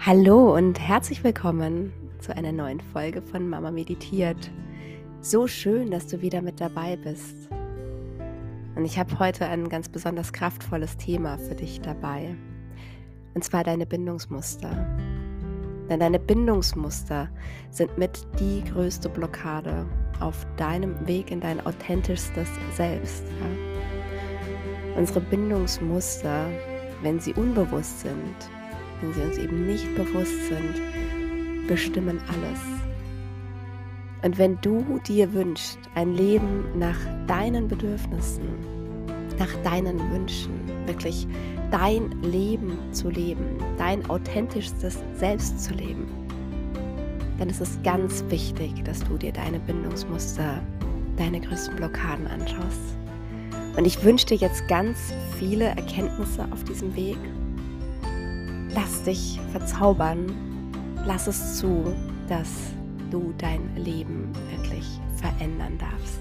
Hallo und herzlich willkommen zu einer neuen Folge von Mama meditiert. So schön, dass du wieder mit dabei bist. Und ich habe heute ein ganz besonders kraftvolles Thema für dich dabei. Und zwar deine Bindungsmuster. Denn deine Bindungsmuster sind mit die größte Blockade auf deinem Weg in dein authentischstes Selbst. Ja? Unsere Bindungsmuster, wenn sie unbewusst sind, wenn sie uns eben nicht bewusst sind, bestimmen alles. Und wenn du dir wünschst, ein Leben nach deinen Bedürfnissen, nach deinen Wünschen, wirklich dein Leben zu leben, dein authentischstes Selbst zu leben, dann ist es ganz wichtig, dass du dir deine Bindungsmuster, deine größten Blockaden anschaust. Und ich wünsche dir jetzt ganz viele Erkenntnisse auf diesem Weg. Lass dich verzaubern, lass es zu, dass du dein Leben wirklich verändern darfst.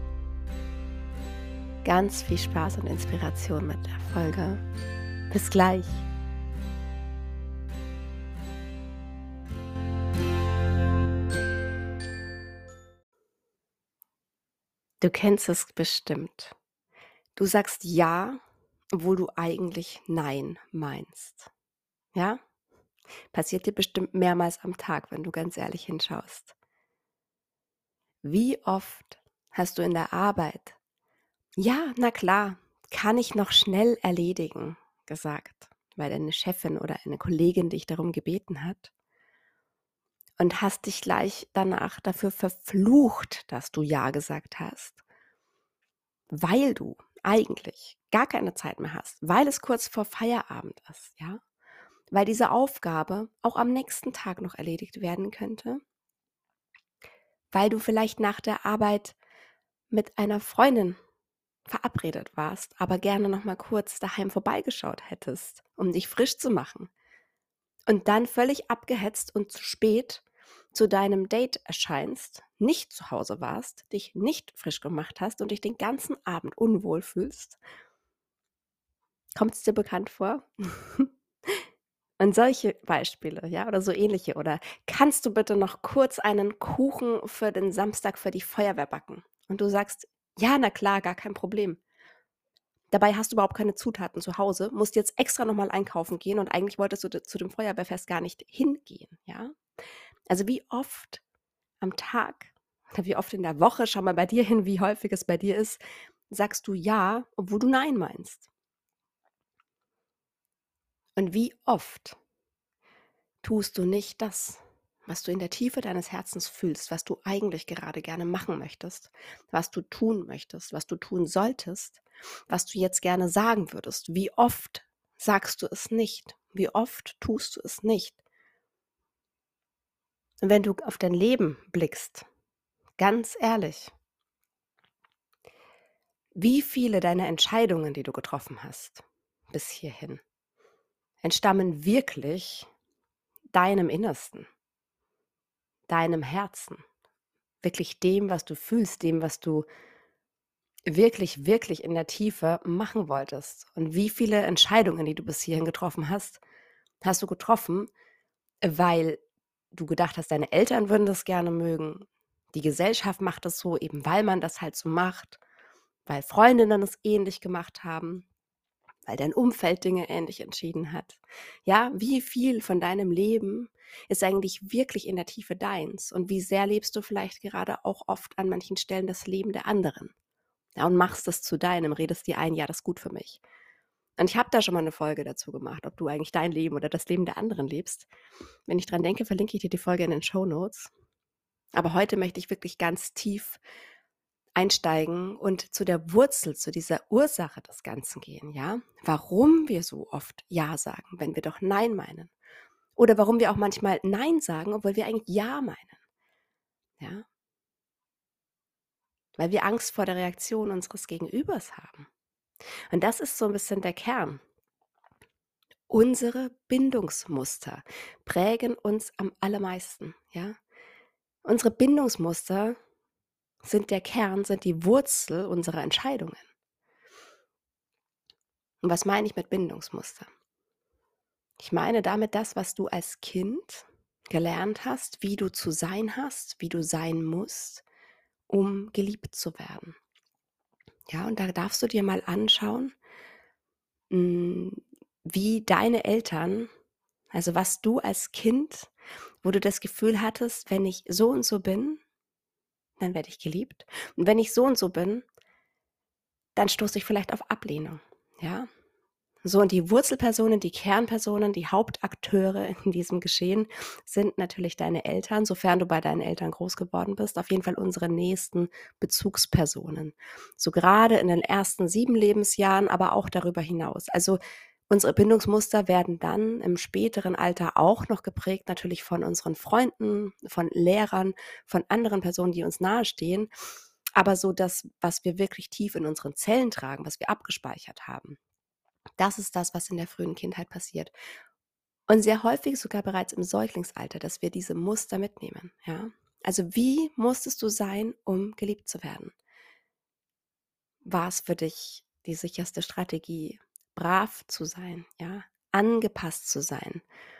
Ganz viel Spaß und Inspiration mit der Folge. Bis gleich. Du kennst es bestimmt. Du sagst ja, obwohl du eigentlich nein meinst. Ja? Passiert dir bestimmt mehrmals am Tag, wenn du ganz ehrlich hinschaust. Wie oft hast du in der Arbeit „Ja, na klar, kann ich noch schnell erledigen“, gesagt, weil deine Chefin oder eine Kollegin dich darum gebeten hat und hast dich gleich danach dafür verflucht, dass du ja gesagt hast, weil du eigentlich gar keine Zeit mehr hast, weil es kurz vor Feierabend ist, ja? Weil diese Aufgabe auch am nächsten Tag noch erledigt werden könnte, weil du vielleicht nach der Arbeit mit einer Freundin verabredet warst, aber gerne noch mal kurz daheim vorbeigeschaut hättest, um dich frisch zu machen und dann völlig abgehetzt und zu spät zu deinem Date erscheinst, nicht zu Hause warst, dich nicht frisch gemacht hast und dich den ganzen Abend unwohl fühlst. Kommt es dir bekannt vor? Und solche Beispiele, ja, oder so ähnliche. Oder kannst du bitte noch kurz einen Kuchen für den Samstag für die Feuerwehr backen? Und du sagst, ja, na klar, gar kein Problem. Dabei hast du überhaupt keine Zutaten zu Hause, musst jetzt extra noch mal einkaufen gehen und eigentlich wolltest du zu dem Feuerwehrfest gar nicht hingehen, ja? Also, wie oft am Tag oder wie oft in der Woche, schau mal bei dir hin, wie häufig es bei dir ist, sagst du „ja“, obwohl du „nein“ meinst. Und wie oft tust du nicht das, was du in der Tiefe deines Herzens fühlst, was du eigentlich gerade gerne machen möchtest, was du tun möchtest, was du tun solltest, was du jetzt gerne sagen würdest. Wie oft sagst du es nicht? Wie oft tust du es nicht? Und wenn du auf dein Leben blickst, ganz ehrlich, wie viele deiner Entscheidungen, die du getroffen hast, bis hierhin, entstammen wirklich deinem Innersten, deinem Herzen, wirklich dem, was du fühlst, dem, was du wirklich, wirklich in der Tiefe machen wolltest? Und wie viele Entscheidungen, die du bis hierhin getroffen hast, hast du getroffen, weil du gedacht hast, deine Eltern würden das gerne mögen, die Gesellschaft macht das so, eben weil man das halt so macht, weil Freundinnen es ähnlich gemacht haben, weil dein Umfeld Dinge ähnlich entschieden hat. Ja, wie viel von deinem Leben ist eigentlich wirklich in der Tiefe deins und wie sehr lebst du vielleicht gerade auch oft an manchen Stellen das Leben der anderen? Ja, und machst es zu deinem, redest dir ein: „Ja, das ist gut für mich.“ Und ich habe da schon mal 'ne Folge dazu gemacht, ob du eigentlich dein Leben oder das Leben der anderen lebst. Wenn ich dran denke, verlinke ich dir die Folge in den Shownotes. Aber heute möchte ich wirklich ganz tief einsteigen und zu der Wurzel, zu dieser Ursache des Ganzen gehen, ja? Warum wir so oft „ja“ sagen, wenn wir doch „nein“ meinen. Oder warum wir auch manchmal „nein“ sagen, obwohl wir eigentlich „ja“ meinen, ja? Weil wir Angst vor der Reaktion unseres Gegenübers haben. Und das ist so 'n bisschen der Kern. Unsere Bindungsmuster prägen uns am allermeisten, ja? Unsere Bindungsmuster sind der Kern, sind die Wurzel unserer Entscheidungen. Und was meine ich mit Bindungsmuster? Ich meine damit das, was du als Kind gelernt hast, wie du zu sein hast, wie du sein musst, um geliebt zu werden. Ja, und da darfst du dir mal anschauen, hm, wie deine Eltern, also was du als Kind, wo du das Gefühl hattest: „Wenn ich so und so bin, dann werde ich geliebt. Und wenn ich so und so bin, dann stoße ich vielleicht auf Ablehnung“, ja? So, und die Wurzelpersonen, die Kernpersonen, die Hauptakteure in diesem Geschehen sind natürlich deine Eltern, sofern du bei deinen Eltern groß geworden bist, auf jeden Fall unsere nächsten Bezugspersonen. So gerade in den ersten 7 Lebensjahren, aber auch darüber hinaus. Also, unsere Bindungsmuster werden dann im späteren Alter auch noch geprägt natürlich von unseren Freunden, von Lehrern, von anderen Personen, die uns nahestehen. Aber so das, was wir wirklich tief in unseren Zellen tragen, was wir abgespeichert haben, das ist das, was in der frühen Kindheit passiert. Und sehr häufig sogar bereits im Säuglingsalter, dass wir diese Muster mitnehmen, ja? Also, wie musstest du sein, um geliebt zu werden? War es für dich die sicherste Strategie, brav zu sein, ja, angepasst zu sein,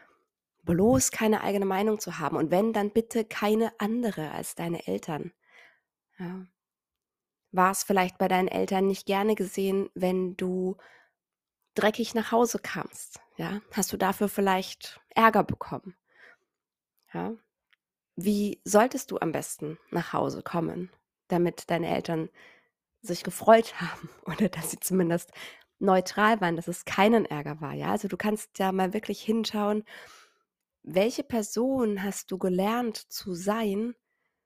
bloß keine eigene Meinung zu haben und wenn, dann bitte keine andere als deine Eltern, ja? War es vielleicht bei deinen Eltern nicht gerne gesehen, wenn du dreckig nach Hause kamst, ja? Hast du dafür vielleicht Ärger bekommen, ja? Wie solltest du am besten nach Hause kommen, damit deine Eltern sich gefreut haben oder dass sie zumindest neutral waren, dass es keinen Ärger war, ja? Also, du kannst ja mal wirklich hinschauen, welche Person hast du gelernt zu sein,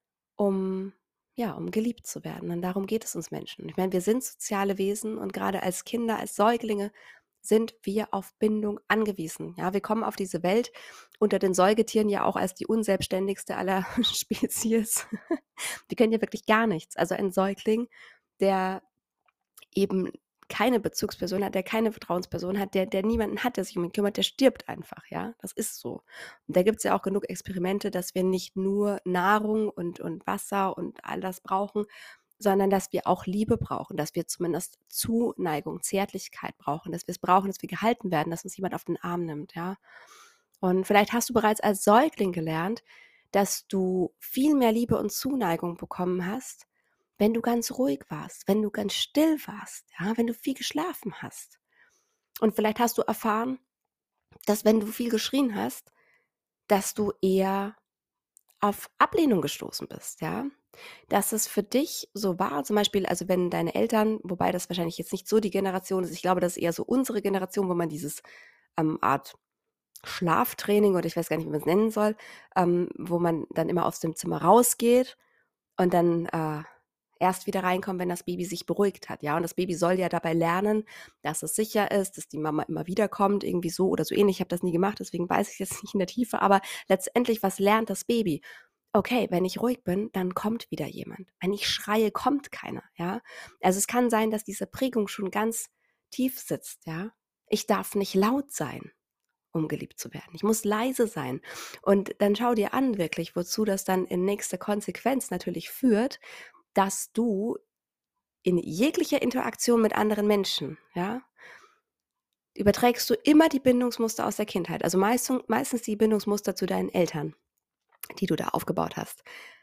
um ja, um geliebt zu werden, und darum geht es uns Menschen. Ich meine, wir sind soziale Wesen und gerade als Kinder, als Säuglinge sind wir auf Bindung angewiesen. Ja, wir kommen auf diese Welt unter den Säugetieren ja auch als die unselbstständigste aller Spezies. Die können ja wirklich gar nichts. Also ein Säugling, der eben keine Bezugsperson hat, der keine Vertrauensperson hat, der niemanden hat, der sich um ihn kümmert, der stirbt einfach, ja? Das ist so. Und da gibt's ja auch genug Experimente, dass wir nicht nur Nahrung und Wasser und all das brauchen, sondern dass wir auch Liebe brauchen, dass wir zumindest Zuneigung, Zärtlichkeit brauchen, dass wir es brauchen, dass wir gehalten werden, dass uns jemand auf den Arm nimmt, ja? Und vielleicht hast du bereits als Säugling gelernt, dass du viel mehr Liebe und Zuneigung bekommen hast, wenn du ganz ruhig warst, wenn du ganz still warst, ja, wenn du viel geschlafen hast. Und vielleicht hast du erfahren, dass wenn du viel geschrien hast, dass du eher auf Ablehnung gestoßen bist, ja? Dass es für dich so war, zum Beispiel, also wenn deine Eltern, wobei das wahrscheinlich jetzt nicht so die Generation ist, ich glaube, das ist eher so unsere Generation, wo man dieses Art Schlaftraining oder ich weiß gar nicht, wie man es nennen soll, wo man dann immer aus dem Zimmer rausgeht und dann, erst wieder reinkommt, wenn das Baby sich beruhigt hat, ja? Und das Baby soll ja dabei lernen, dass es sicher ist, dass die Mama immer wiederkommt, irgendwie so oder so ähnlich. Ich habe das nie gemacht, deswegen weiß ich jetzt nicht in der Tiefe, aber letztendlich, was lernt das Baby? Okay, wenn ich ruhig bin, dann kommt wieder jemand. Wenn ich schreie, kommt keiner, ja? Also, es kann sein, dass diese Prägung schon ganz tief sitzt, ja? Ich darf nicht laut sein, um geliebt zu werden. Ich muss leise sein. Und dann schau dir an wirklich, wozu das dann in nächster Konsequenz natürlich führt, dass du in jeglicher Interaktion mit anderen Menschen, ja, überträgst du immer die Bindungsmuster aus der Kindheit. Also meistens die Bindungsmuster zu deinen Eltern, die du da aufgebaut hast.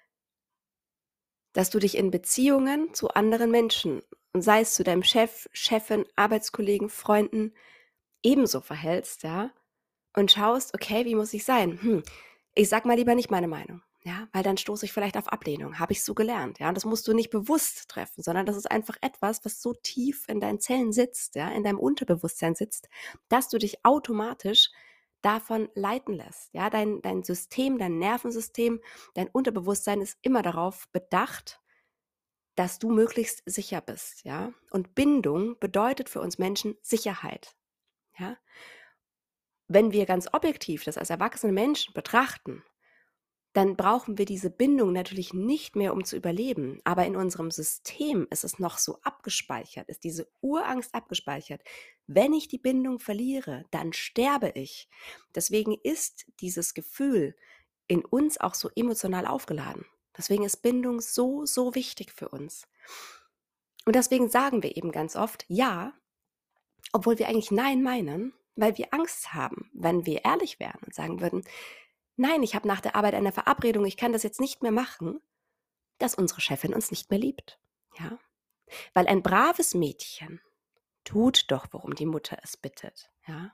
Dass du dich in Beziehungen zu anderen Menschen, und sei es zu deinem Chef, Chefin, Arbeitskollegen, Freunden, ebenso verhältst, ja, und schaust: „Okay, wie muss ich sein? Ich sage mal lieber nicht meine Meinung, ja, weil dann stoße ich vielleicht auf Ablehnung. Habe ich so gelernt, ja?“ Und das musst du nicht bewusst treffen, sondern das ist einfach etwas, was so tief in deinen Zellen sitzt, ja, in deinem Unterbewusstsein sitzt, dass du dich automatisch davon leiten lässt, ja? Dein System, dein Nervensystem, dein Unterbewusstsein ist immer darauf bedacht, dass du möglichst sicher bist, ja? Und Bindung bedeutet für uns Menschen Sicherheit, ja? Wenn wir ganz objektiv das als erwachsene Menschen betrachten, dann brauchen wir diese Bindung natürlich nicht mehr, um zu überleben. Aber in unserem System ist es noch so abgespeichert, ist diese Urangst abgespeichert. Wenn ich die Bindung verliere, dann sterbe ich. Deswegen ist dieses Gefühl in uns auch so emotional aufgeladen. Deswegen ist Bindung so, so wichtig für uns. Und deswegen sagen wir eben ganz oft ja, obwohl wir eigentlich nein meinen. weil wir Angst haben, wenn wir ehrlich wären und sagen würden: „Nein, ich habe nach der Arbeit eine Verabredung, ich kann das jetzt nicht mehr machen“, dass unsere Chefin uns nicht mehr liebt, ja? Weil ein braves Mädchen tut doch, worum die Mutter es bittet, ja?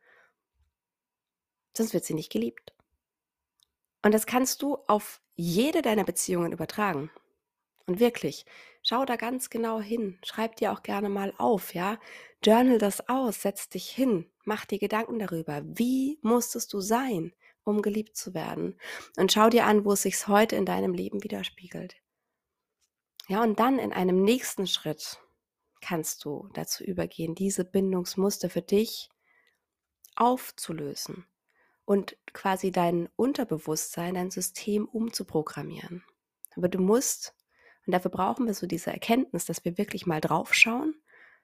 Sonst wird sie nicht geliebt. Und das kannst du auf jede deiner Beziehungen übertragen. Und wirklich, schau da ganz genau hin. Schreib dir auch gerne mal auf, ja? Journal das aus, setz dich hin, mach dir Gedanken darüber. Wie musstest du sein, um geliebt zu werden? Und schau dir an, wo es sich heute in deinem Leben widerspiegelt. Ja, und dann in einem nächsten Schritt kannst du dazu übergehen, diese Bindungsmuster für dich aufzulösen und quasi dein Unterbewusstsein, dein System umzuprogrammieren. Aber du musst, und dafür brauchen wir so diese Erkenntnis, dass wir wirklich mal draufschauen.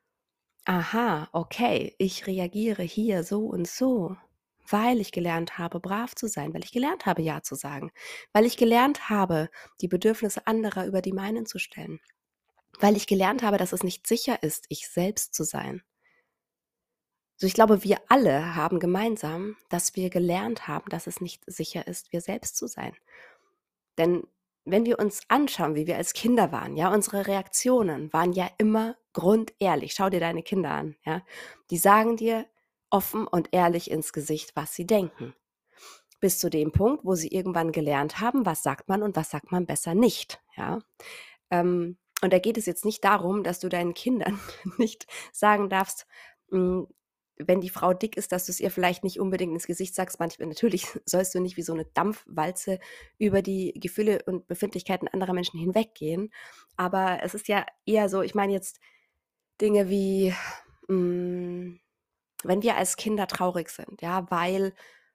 Aha, okay, ich reagiere hier so und so, weil ich gelernt habe, brav zu sein, weil ich gelernt habe, Ja zu sagen, weil ich gelernt habe, die Bedürfnisse anderer über die meinen zu stellen, weil ich gelernt habe, dass es nicht sicher ist, ich selbst zu sein. So, ich glaube, wir alle haben gemeinsam, dass wir gelernt haben, dass es nicht sicher ist, wir selbst zu sein. Denn wenn wir uns anschauen, wie wir als Kinder waren, ja, unsere Reaktionen waren ja immer grundehrlich. Schau dir deine Kinder an, ja. Die sagen dir offen und ehrlich ins Gesicht, was sie denken. Bis zu dem Punkt, wo sie irgendwann gelernt haben, was sagt man und was sagt man besser nicht, ja. Und da geht es jetzt nicht darum, dass du deinen Kindern nicht sagen darfst, hm, wenn die Frau dick ist, dass du es ihr vielleicht nicht unbedingt ins Gesicht sagst. Manchmal natürlich sollst du nicht wie so eine Dampfwalze über die Gefühle und Befindlichkeiten anderer Menschen hinweggehen. Aber es ist ja eher so, ich meine jetzt Dinge wie, hm, wenn wir als Kinder traurig sind, ja, weil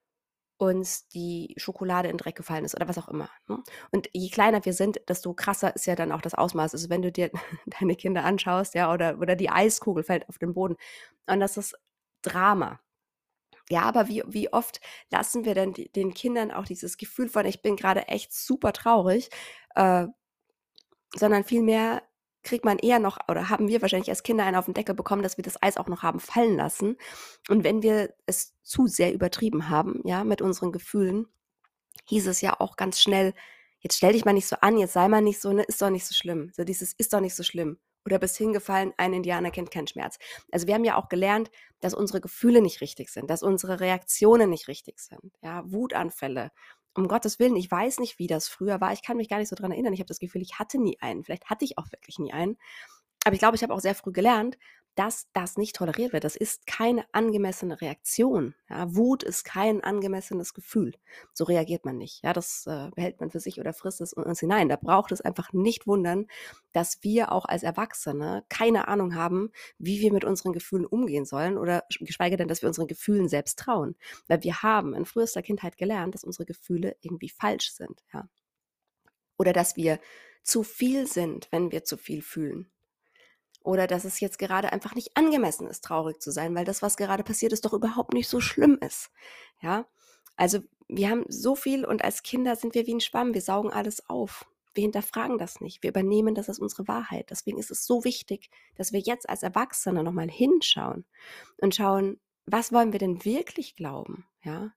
uns die Schokolade in den Dreck gefallen ist oder was auch immer, ne? Und je kleiner wir sind, desto krasser ist ja dann auch das Ausmaß. Also, wenn du dir deine Kinder anschaust, ja, oder die Eiskugel fällt auf den Boden und das ist Drama. Ja, aber wie oft lassen wir denn den Kindern auch dieses Gefühl von: „Ich bin grade echt super traurig“, äh, sondern vielmehr kriegt man eher noch oder haben wir wahrscheinlich als Kinder einen auf den Deckel bekommen, dass wir das Eis auch noch haben fallen lassen. Und wenn wir es zu sehr übertrieben haben, ja, mit unseren Gefühlen, hieß es ja auch ganz schnell: „Jetzt stell dich mal nicht so an, jetzt sei mal nicht so, ne, ist doch nicht so schlimm.“ So dieses: „Ist doch nicht so schlimm.“ Oder „Bist hingefallen, ein Indianer kennt keinen Schmerz.“ Also, wir haben ja auch gelernt, dass unsere Gefühle nicht richtig sind, dass unsere Reaktionen nicht richtig sind, ja, Wutanfälle. Um Gottes Willen, ich weiß nicht, wie das früher war. Ich kann mich gar nicht so dran erinnern. Ich habe das Gefühl, ich hatte nie einen. Vielleicht hatte ich auch wirklich nie einen. Aber ich glaube, ich habe auch sehr früh gelernt, dass das nicht toleriert wird. Das ist keine angemessene Reaktion. Ja, Wut ist kein angemessenes Gefühl. So reagiert man nicht. Ja, das behält man für sich oder frisst es in uns hinein. Da braucht es einfach nicht wundern, dass wir auch als Erwachsene keine Ahnung haben, wie wir mit unseren Gefühlen umgehen sollen oder geschweige denn, dass wir unseren Gefühlen selbst trauen. Weil wir haben in frühester Kindheit gelernt, dass unsere Gefühle irgendwie falsch sind. Ja. Oder dass wir zu viel sind, wenn wir zu viel fühlen. Oder dass es jetzt gerade einfach nicht angemessen ist, traurig zu sein, weil das, was gerade passiert ist, doch überhaupt nicht so schlimm ist. Ja? Also, wir haben so viel und als Kinder sind wir wie ein Schwamm, wir saugen alles auf. Wir hinterfragen das nicht. Wir übernehmen das als unsere Wahrheit. Deswegen ist es so wichtig, dass wir jetzt als Erwachsene noch mal hinschauen und schauen, was wollen wir denn wirklich glauben, ja?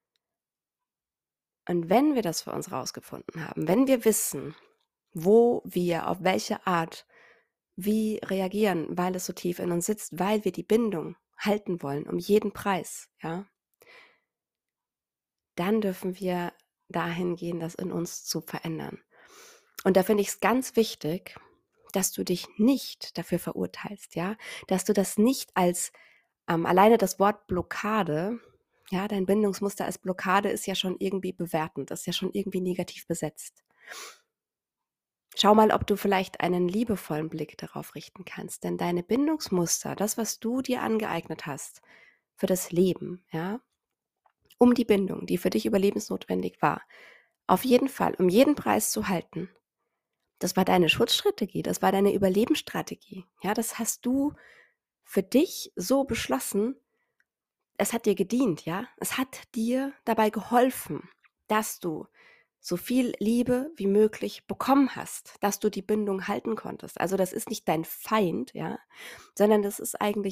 Und wenn wir das für uns rausgefunden haben, wenn wir wissen, wo wir auf welche Art wie reagieren, weil es so tief in uns sitzt, weil wir die Bindung halten wollen, um jeden Preis, ja, dann dürfen wir dahin gehen, das in uns zu verändern. Und da finde ich es ganz wichtig, dass du dich nicht dafür verurteilst, ja, dass du das nicht als alleine das Wort Blockade, ja, dein Bindungsmuster als Blockade ist ja schon irgendwie bewertend, ist ja schon irgendwie negativ besetzt. Schau mal, ob du vielleicht einen liebevollen Blick darauf richten kannst, denn deine Bindungsmuster, das, was du dir angeeignet hast für das Leben, ja, um die Bindung, die für dich überlebensnotwendig war, auf jeden Fall, um jeden Preis zu halten. Das war deine Schutzstrategie, das war deine Überlebensstrategie. Ja, das hast du für dich so beschlossen. Es hat dir gedient, ja? Es hat dir dabei geholfen, dass du so viel Liebe wie möglich bekommen hast, dass du die Bindung halten konntest. Also, das ist nicht dein Feind, ja, sondern das ist eigentlich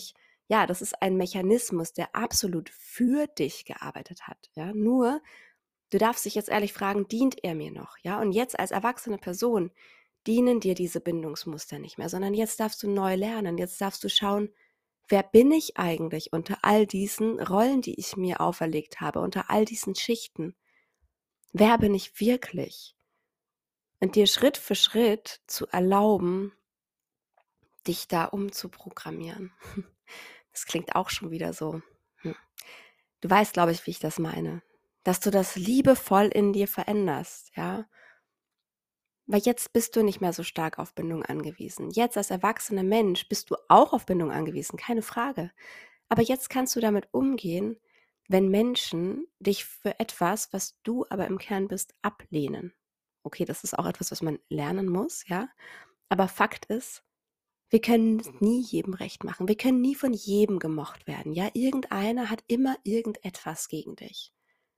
Ja, das ist ein Mechanismus, der absolut für dich gearbeitet hat, ja? Nur, du darfst dich jetzt ehrlich fragen: „Dient er mir noch?“ Ja? Und jetzt als erwachsene Person dienen dir diese Bindungsmuster nicht mehr, sondern jetzt darfst du neu lernen. Jetzt darfst du schauen: „Wer bin ich eigentlich unter all diesen Rollen, die ich mir auferlegt habe, unter all diesen Schichten? Wer bin ich wirklich?“ Und dir Schritt für Schritt zu erlauben, dich da umzuprogrammieren. Das klingt auch schon wieder so, hm. Du weißt, glaube ich, wie ich das meine. Dass du das liebevoll in dir veränderst, ja? Weil jetzt bist du nicht mehr so stark auf Bindung angewiesen. Jetzt als erwachsener Mensch bist du auch auf Bindung angewiesen, keine Frage. Aber jetzt kannst du damit umgehen, wenn Menschen dich für etwas, was du aber im Kern bist, ablehnen. Okay, das ist auch etwas, was man lernen muss, ja? Aber Fakt ist, wir können es nie jedem recht machen. Wir können nie von jedem gemocht werden, ja? Irgendeiner hat immer irgendetwas gegen dich.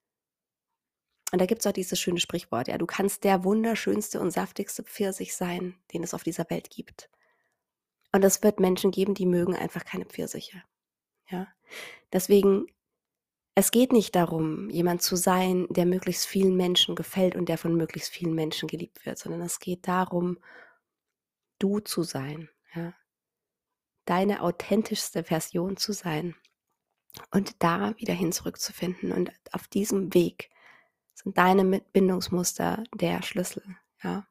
Und da gibt's auch dieses schöne Sprichwort, ja: „Du kannst der wunderschönste und saftigste Pfirsich sein, den es auf dieser Welt gibt.“ Und es wird Menschen geben, die mögen einfach keine Pfirsiche, ja? Deswegen, es geht nicht darum, jemand zu sein, der möglichst vielen Menschen gefällt und der von möglichst vielen Menschen geliebt wird, sondern es geht darum, du zu sein, ja? Deine authentischste Version zu sein und da wieder hin zurückzufinden. Und auf diesem Weg sind deine Bindungsmuster der Schlüssel, ja?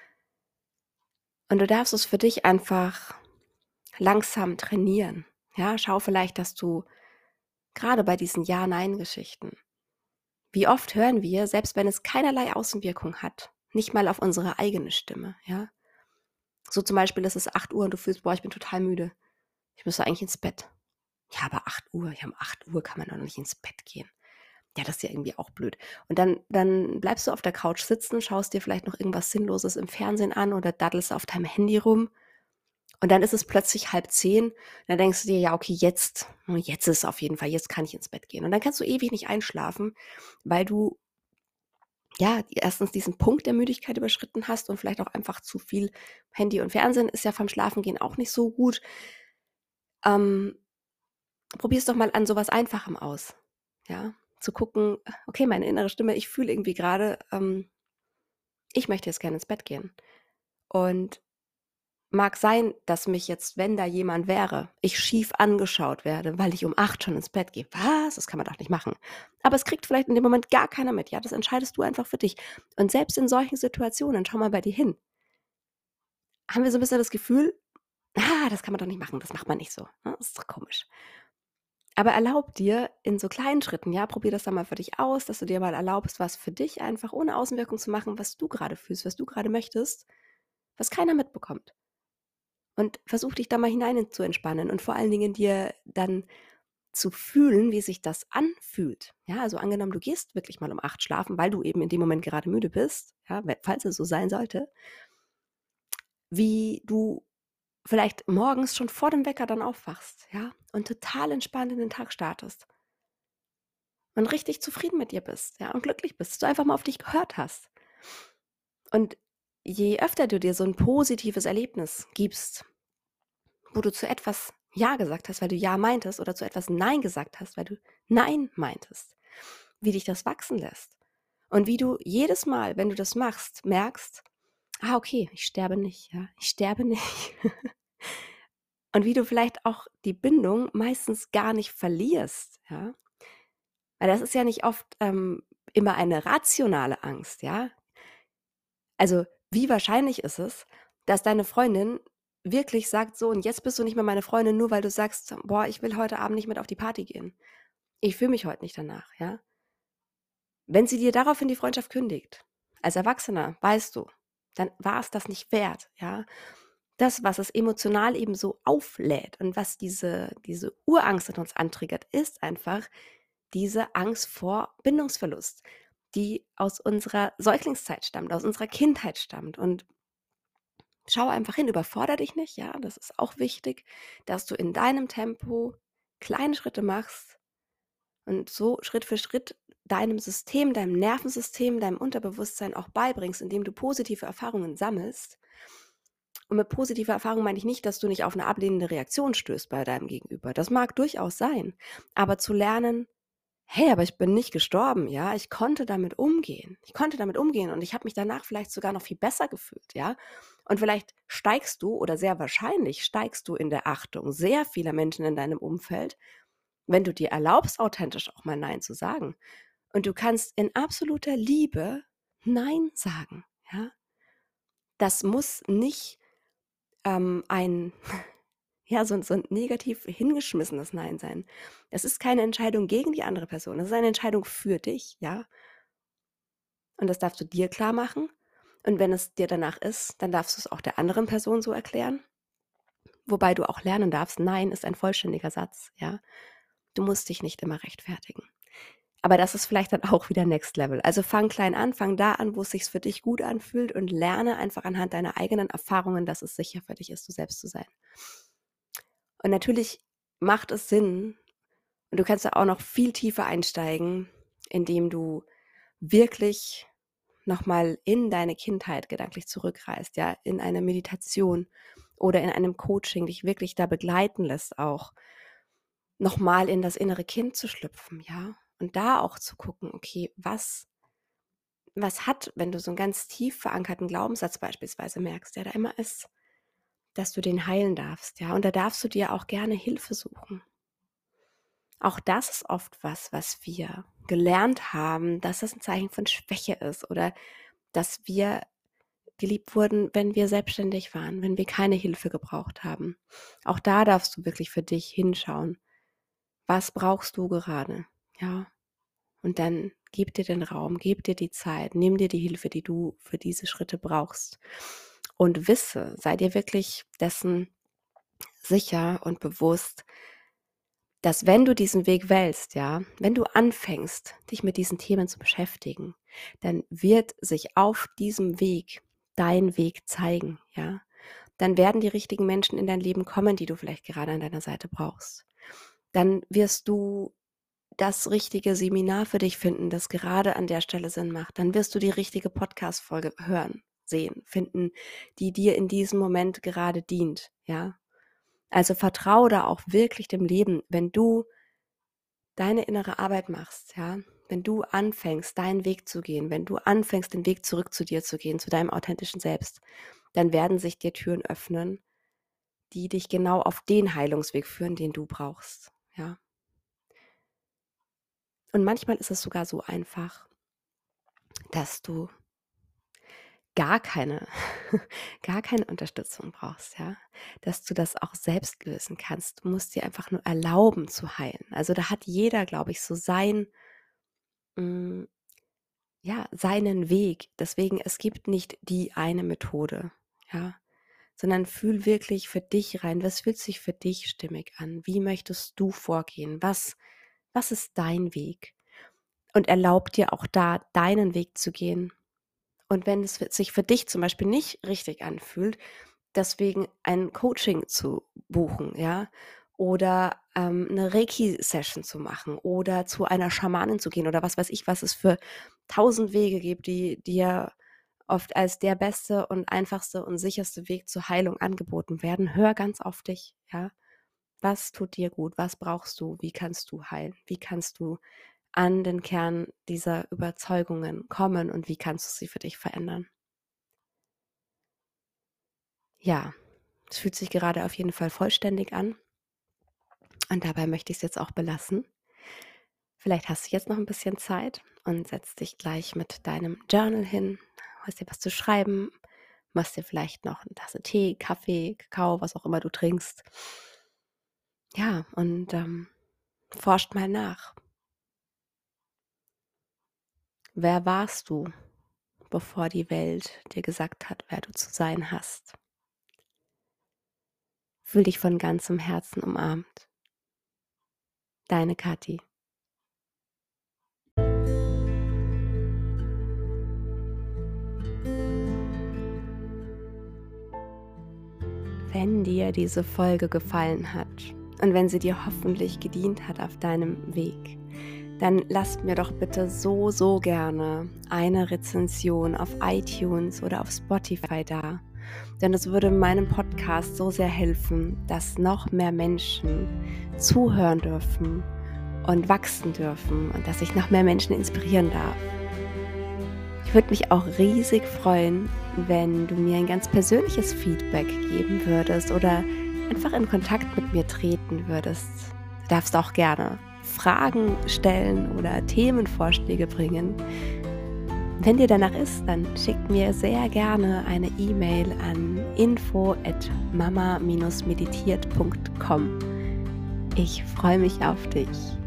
Und du darfst es für dich einfach langsam trainieren. Ja, schau vielleicht, dass du gerade bei diesen Ja-Nein-Geschichten, wie oft hören wir, selbst wenn es keinerlei Außenwirkung hat, nicht mal auf unsere eigene Stimme, ja? So zum Beispiel, es ist 8 Uhr und du fühlst: „Boah, ich bin total müde. Ich müsste eigentlich ins Bett.“ „Ja, aber 8 Uhr, ja, um 8 Uhr kann man doch noch nicht ins Bett gehen.“ „Ja, das ist ja irgendwie auch blöd.“ Und dann bleibst du auf der Couch sitzen, schaust dir vielleicht noch irgendwas Sinnloses im Fernsehen an oder daddelst auf deinem Handy rum. Und dann ist es plötzlich 9:30. Dann denkst du dir: „Ja, okay, jetzt ist es auf jeden Fall, jetzt kann ich ins Bett gehen.“ Und dann kannst du ewig nicht einschlafen, weil du, ja, erstens diesen Punkt der Müdigkeit überschritten hast und vielleicht auch einfach zu viel Handy und Fernsehen ist ja vorm Schlafengehen auch nicht so gut. Ähm, Probier's doch mal an so was Einfachem aus, ja? Zu gucken: „Okay, meine innere Stimme, ich fühle irgendwie grade, ich möchte jetzt gerne ins Bett gehen.“ Und mag sein, dass mich jetzt, wenn da jemand wäre, ich schief angeschaut werde, weil ich um 8 schon ins Bett gehe. „Was? Das kann man doch nicht machen.“ Aber es kriegt vielleicht in dem Moment gar keiner mit, ja? Das entscheidest du einfach für dich. Und selbst in solchen Situationen, schau mal bei dir hin, haben wir so 'n bisschen das Gefühl: „Ah, das kann man doch nicht machen, das macht man nicht so, ne? Das ist doch komisch.“ Aber erlaub dir in so kleinen Schritten, ja, probier das dann mal für dich aus, dass du dir mal erlaubst, was für dich einfach ohne Außenwirkung zu machen, was du grade fühlst, was du grade möchtest, was keiner mitbekommt. Und versuch dich da mal hinein zu entspannen und vor allen Dingen dir dann zu fühlen, wie sich das anfühlt. Ja, also angenommen, du gehst wirklich mal um 8 schlafen, weil du eben in dem Moment gerade müde bist, ja, falls es so sein sollte, wie du vielleicht morgens schon vor dem Wecker dann aufwachst, ja, und total entspannt in den Tag startest und richtig zufrieden mit dir bist, ja, und glücklich bist, dass du einfach mal auf dich gehört hast. Und je öfter du dir so ein positives Erlebnis gibst, wo du zu etwas Ja gesagt hast, weil du Ja meintest oder zu etwas Nein gesagt hast, weil du Nein meintest. Wie dich das wachsen lässt. Und wie du jedes Mal, wenn du das machst, merkst: „Ah, okay, ich sterbe nicht, ja, ich sterbe nicht.“ Und wie du vielleicht auch die Bindung meistens gar nicht verlierst, ja? Weil das ist ja nicht oft, immer eine rationale Angst, ja? Also, wie wahrscheinlich ist es, dass deine Freundin wirklich sagt: „So, und jetzt bist du nicht mehr meine Freundin, nur weil du sagst: ‚Boah, ich will heute Abend nicht mit auf die Party gehen. Ich fühle mich heute nicht danach‘“, ja? Wenn sie dir daraufhin die Freundschaft kündigt, als Erwachsener weißt du, dann war es das nicht wert, ja? Das, was es emotional eben so auflädt und was diese Urangst in uns antriggert, ist einfach diese Angst vor Bindungsverlust, die aus unserer Säuglingszeit stammt, aus unserer Kindheit stammt. Und schau einfach hin, überfordere dich nicht, ja, das ist auch wichtig, dass du in deinem Tempo kleine Schritte machst und so Schritt für Schritt deinem System, deinem Nervensystem, deinem Unterbewusstsein auch beibringst, indem du positive Erfahrungen sammelst, Und mit positiver Erfahrung meine ich nicht, dass du nicht auf eine ablehnende Reaktion stößt bei deinem Gegenüber. Das mag durchaus sein. Aber zu lernen: „Hey, aber ich bin nicht gestorben, ja? Ich konnte damit umgehen. Ich konnte damit umgehen und ich habe mich danach vielleicht sogar noch viel besser gefühlt“, ja? Und vielleicht steigst du oder sehr wahrscheinlich steigst du in der Achtung sehr vieler Menschen in deinem Umfeld, wenn du dir erlaubst, authentisch auch mal „Nein“ zu sagen. Und du kannst in absoluter Liebe „Nein“ sagen, ja? Das muss nicht, ein ja, so 'n negativ hingeschmissenes Nein sein. Es ist keine Entscheidung gegen die andere Person. Es ist eine Entscheidung für dich, ja? Und das darfst du dir klarmachen. Und wenn es dir danach ist, dann darfst du's auch der anderen Person so erklären, wobei du auch lernen darfst, Nein ist ein vollständiger Satz, ja? Du musst dich nicht immer rechtfertigen. Aber das ist vielleicht dann auch wieder Next Level. Also, fang klein an, fang da an, wo es sich für dich gut anfühlt und lerne einfach anhand deiner eigenen Erfahrungen, dass es sicher für dich ist, du selbst zu sein. Und natürlich macht es Sinn und du kannst da auch noch viel tiefer einsteigen, indem du wirklich noch mal in deine Kindheit gedanklich zurückreist, ja, in eine Meditation oder in einem Coaching dich wirklich da begleiten lässt auch, noch mal in das innere Kind zu schlüpfen, ja? Und da auch zu gucken, okay, was hat, wenn du so 'n ganz tief verankerten Glaubenssatz beispielsweise merkst, der da immer ist, dass du den heilen darfst, ja? Und da darfst du dir auch gerne Hilfe suchen. Auch das ist oft was, was wir gelernt haben, dass das 'n Zeichen von Schwäche ist oder dass wir geliebt wurden, wenn wir selbstständig waren, wenn wir keine Hilfe gebraucht haben. Auch da darfst du wirklich für dich hinschauen. Was brauchst du gerade? Ja, und dann gib dir den Raum, gib dir die Zeit, nimm dir die Hilfe, die du für diese Schritte brauchst. Und wisse, sei dir wirklich dessen sicher und bewusst, dass wenn du diesen Weg wählst, ja, wenn du anfängst, dich mit diesen Themen zu beschäftigen, dann wird sich auf diesem Weg dein Weg zeigen, ja. Dann werden die richtigen Menschen in dein Leben kommen, die du vielleicht gerade an deiner Seite brauchst. Dann wirst du das richtige Seminar für dich finden, das gerade an der Stelle Sinn macht. Dann wirst du die richtige Podcast-Folge hören, sehen, finden, die dir in diesem Moment gerade dient, ja. Also, vertraue da auch wirklich dem Leben, wenn du deine innere Arbeit machst, ja, wenn du anfängst, deinen Weg zu gehen, wenn du anfängst, den Weg zurück zu dir zu gehen, zu deinem authentischen Selbst, dann werden sich dir Türen öffnen, die dich genau auf den Heilungsweg führen, den du brauchst, ja. Und manchmal ist es sogar so einfach, dass du gar keine gar keine Unterstützung brauchst, ja, dass du das auch selbst lösen kannst. Du musst dir einfach nur erlauben zu heilen. Also, da hat jeder, glaube ich, so hm ja, seinen Weg. Deswegen, es gibt nicht die eine Methode, ja, sondern fühl wirklich für dich rein. Was fühlt sich für dich stimmig an? Wie möchtest du vorgehen? Was ist dein Weg? Und erlaub dir auch da, deinen Weg zu gehen. Und wenn es sich für dich zum Beispiel nicht richtig anfühlt, deswegen ein Coaching zu buchen, ja, oder, 'ne Reiki-Session zu machen oder zu einer Schamanin zu gehen oder was weiß ich, was es für tausend Wege gibt, die dir oft als der beste und einfachste und sicherste Weg zur Heilung angeboten werden. Hör ganz auf dich, ja? Was tut dir gut? Was brauchst du? Wie kannst du heilen? Wie kannst du an den Kern dieser Überzeugungen kommen und wie kannst du sie für dich verändern? Ja, es fühlt sich gerade auf jeden Fall vollständig an und dabei möchte ich es jetzt auch belassen. Vielleicht hast du jetzt noch ein bisschen Zeit und setzt dich gleich mit deinem Journal hin, holst dir was zu schreiben, machst dir vielleicht noch eine Tasse Tee, Kaffee, Kakao, was auch immer du trinkst. Ja, und, forscht mal nach. Wer warst du, bevor die Welt dir gesagt hat, wer du zu sein hast? Fühl dich von ganzem Herzen umarmt. Deine Kathi. Wenn dir diese Folge gefallen hat und wenn sie dir hoffentlich gedient hat auf deinem Weg, dann lasst mir doch bitte so gerne eine Rezension auf iTunes oder auf Spotify da. Denn es würde meinem Podcast so sehr helfen, dass noch mehr Menschen zuhören dürfen und wachsen dürfen und dass ich noch mehr Menschen inspirieren darf. Ich würde mich auch riesig freuen, wenn du mir ein ganz persönliches Feedback geben würdest oder einfach in Kontakt mit mir treten würdest. Du darfst auch gerne Fragen stellen oder Themenvorschläge bringen. Wenn dir danach ist, dann schick mir sehr gerne eine E-Mail an info@mama-meditiert.com. Ich freue mich auf dich.